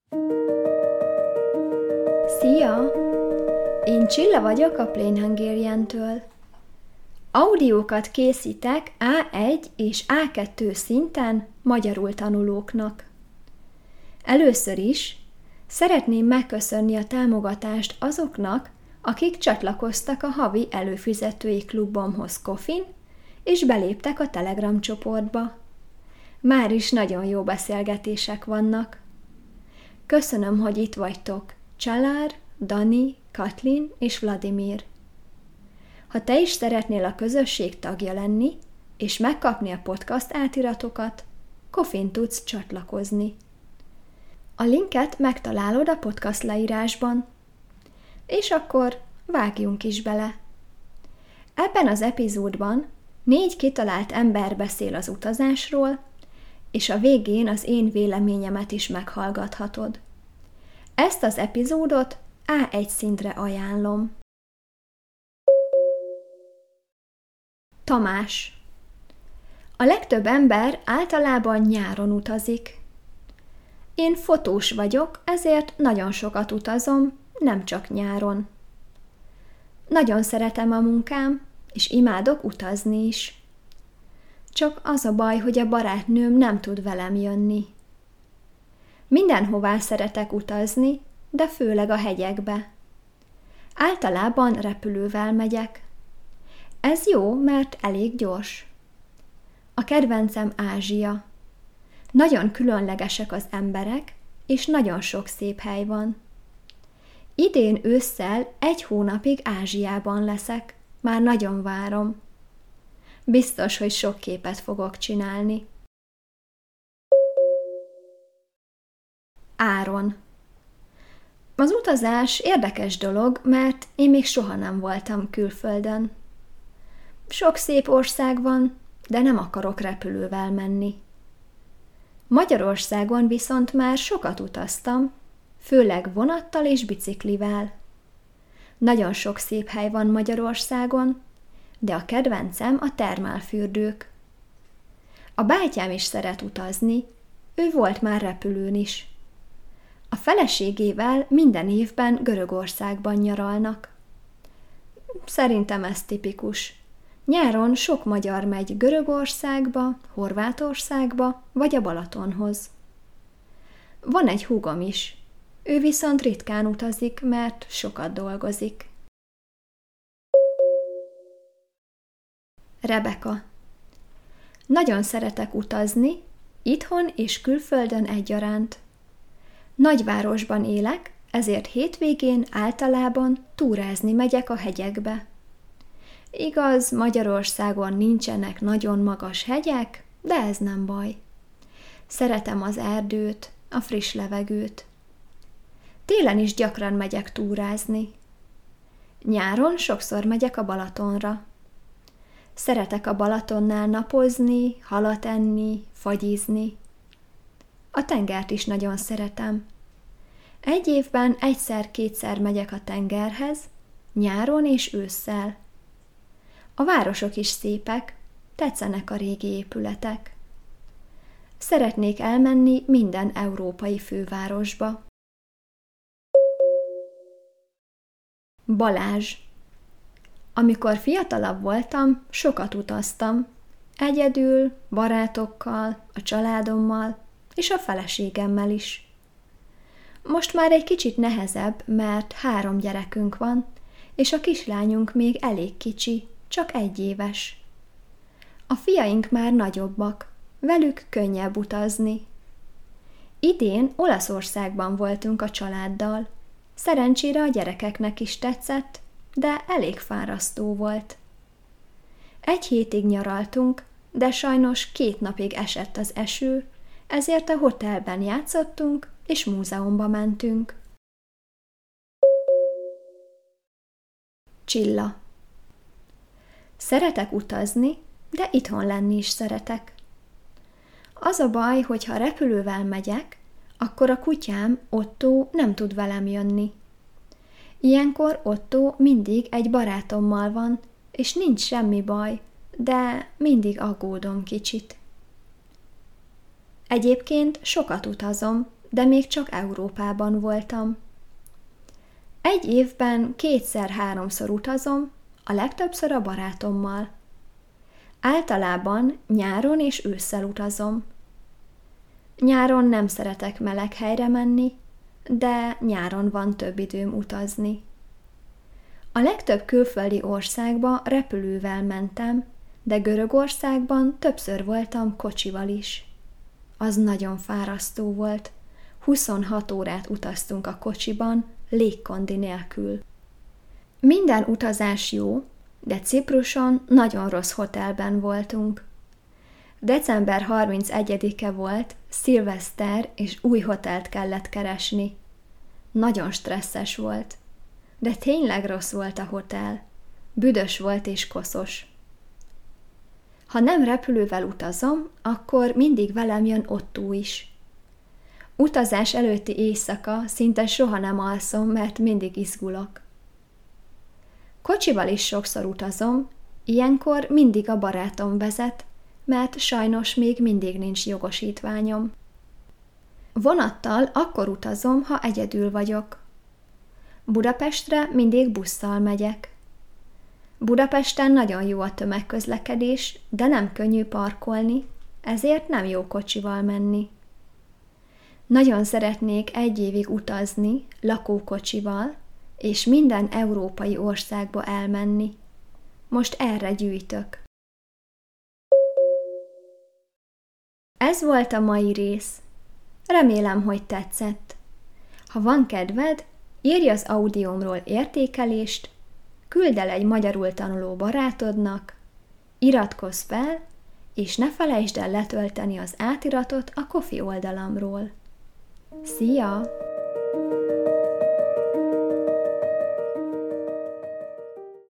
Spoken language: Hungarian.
Szia! Én Csilla vagyok a Plain Hungarian-től. Audiókat készítek A1 és A2 szinten magyarul tanulóknak. Először is szeretném megköszönni a támogatást azoknak, akik csatlakoztak a havi előfizetői klubomhoz Ko-fin, és beléptek a Telegram csoportba. Már is nagyon jó beszélgetések vannak. Köszönöm, hogy itt vagytok, Csalár, Dani, Katlin és Vladimir. Ha te is szeretnél a közösség tagja lenni, és megkapni a podcast átiratokat, Ko-fin tudsz csatlakozni. A linket megtalálod a podcast leírásban. És akkor vágjunk is bele. Ebben az epizódban 4 kitalált ember beszél az utazásról, és a végén az én véleményemet is meghallgathatod. Ezt az epizódot A1 szintre ajánlom. Tamás. A legtöbb ember általában nyáron utazik. Én fotós vagyok, ezért nagyon sokat utazom, nem csak nyáron. Nagyon szeretem a munkám, és imádok utazni is. Csak az a baj, hogy a barátnőm nem tud velem jönni. Mindenhová szeretek utazni, de főleg a hegyekbe. Általában repülővel megyek. Ez jó, mert elég gyors. A kedvencem Ázsia. Nagyon különlegesek az emberek, és nagyon sok szép hely van. Idén ősszel 1 hónapig Ázsiában leszek. Már nagyon várom. Biztos, hogy sok képet fogok csinálni. Áron. Az utazás érdekes dolog, mert én még soha nem voltam külföldön. Sok szép ország van, de nem akarok repülővel menni. Magyarországon viszont már sokat utaztam, főleg vonattal és biciklivel. Nagyon sok szép hely van Magyarországon, de a kedvencem a termálfürdők. A bátyám is szeret utazni, ő volt már repülőn is. A feleségével minden évben Görögországban nyaralnak. Szerintem ez tipikus. Nyáron sok magyar megy Görögországba, Horvátországba vagy a Balatonhoz. Van egy húgom is. Ő viszont ritkán utazik, mert sokat dolgozik. Rebeka. Nagyon szeretek utazni, itthon és külföldön egyaránt. Nagyvárosban élek, ezért hétvégén általában túrázni megyek a hegyekbe. Igaz, Magyarországon nincsenek nagyon magas hegyek, de ez nem baj. Szeretem az erdőt, a friss levegőt. Télen is gyakran megyek túrázni. Nyáron sokszor megyek a Balatonra. Szeretek a Balatonnál napozni, halat enni, fagyizni. A tengert is nagyon szeretem. Egy évben 1-2-szer megyek a tengerhez, nyáron és ősszel. A városok is szépek, tetszenek a régi épületek. Szeretnék elmenni minden európai fővárosba. Balázs. Amikor fiatalabb voltam, sokat utaztam. Egyedül, barátokkal, a családommal és a feleségemmel is. Most már egy kicsit nehezebb, mert 3 gyerekünk van, és a kislányunk még elég kicsi, csak 1 éves. A fiaink már nagyobbak, velük könnyebb utazni. Idén Olaszországban voltunk a családdal. Szerencsére a gyerekeknek is tetszett, de elég fárasztó volt. 1 hétig nyaraltunk, de sajnos 2 napig esett az eső, ezért a hotelben játszottunk, és múzeumba mentünk. Csilla. Szeretek utazni, de itthon lenni is szeretek. Az a baj, hogy ha repülővel megyek, akkor a kutyám, Otto nem tud velem jönni. Ilyenkor Otto mindig egy barátommal van, és nincs semmi baj, de mindig aggódom kicsit. Egyébként sokat utazom, de még csak Európában voltam. Egy évben 2-3-szor utazom, a legtöbbször a barátommal. Általában nyáron és ősszel utazom. Nyáron nem szeretek meleg helyre menni, de nyáron van több időm utazni. A legtöbb külföldi országba repülővel mentem, de Görögországban többször voltam kocsival is. Az nagyon fárasztó volt. 26 órát utaztunk a kocsiban, légkondi nélkül. Minden utazás jó, de Cipruson nagyon rossz hotelben voltunk. December 31-e volt, szilveszter, és új hotelt kellett keresni. Nagyon stresszes volt. De tényleg rossz volt a hotel. Büdös volt és koszos. Ha nem repülővel utazom, akkor mindig velem jön Otto is. Utazás előtti éjszaka szinte soha nem alszom, mert mindig izgulok. Kocsival is sokszor utazom, ilyenkor mindig a barátom vezet, mert sajnos még mindig nincs jogosítványom. Vonattal akkor utazom, ha egyedül vagyok. Budapestre mindig busszal megyek. Budapesten nagyon jó a tömegközlekedés, de nem könnyű parkolni, ezért nem jó kocsival menni. Nagyon szeretnék 1 évig utazni lakókocsival, és minden európai országba elmenni. Most erre gyűjtök. Ez volt a mai rész. Remélem, hogy tetszett. Ha van kedved, írj az audiómról értékelést, küldd el egy magyarul tanuló barátodnak, iratkozz fel, és ne felejtsd el letölteni az átiratot a Ko-fi oldalamról. Szia!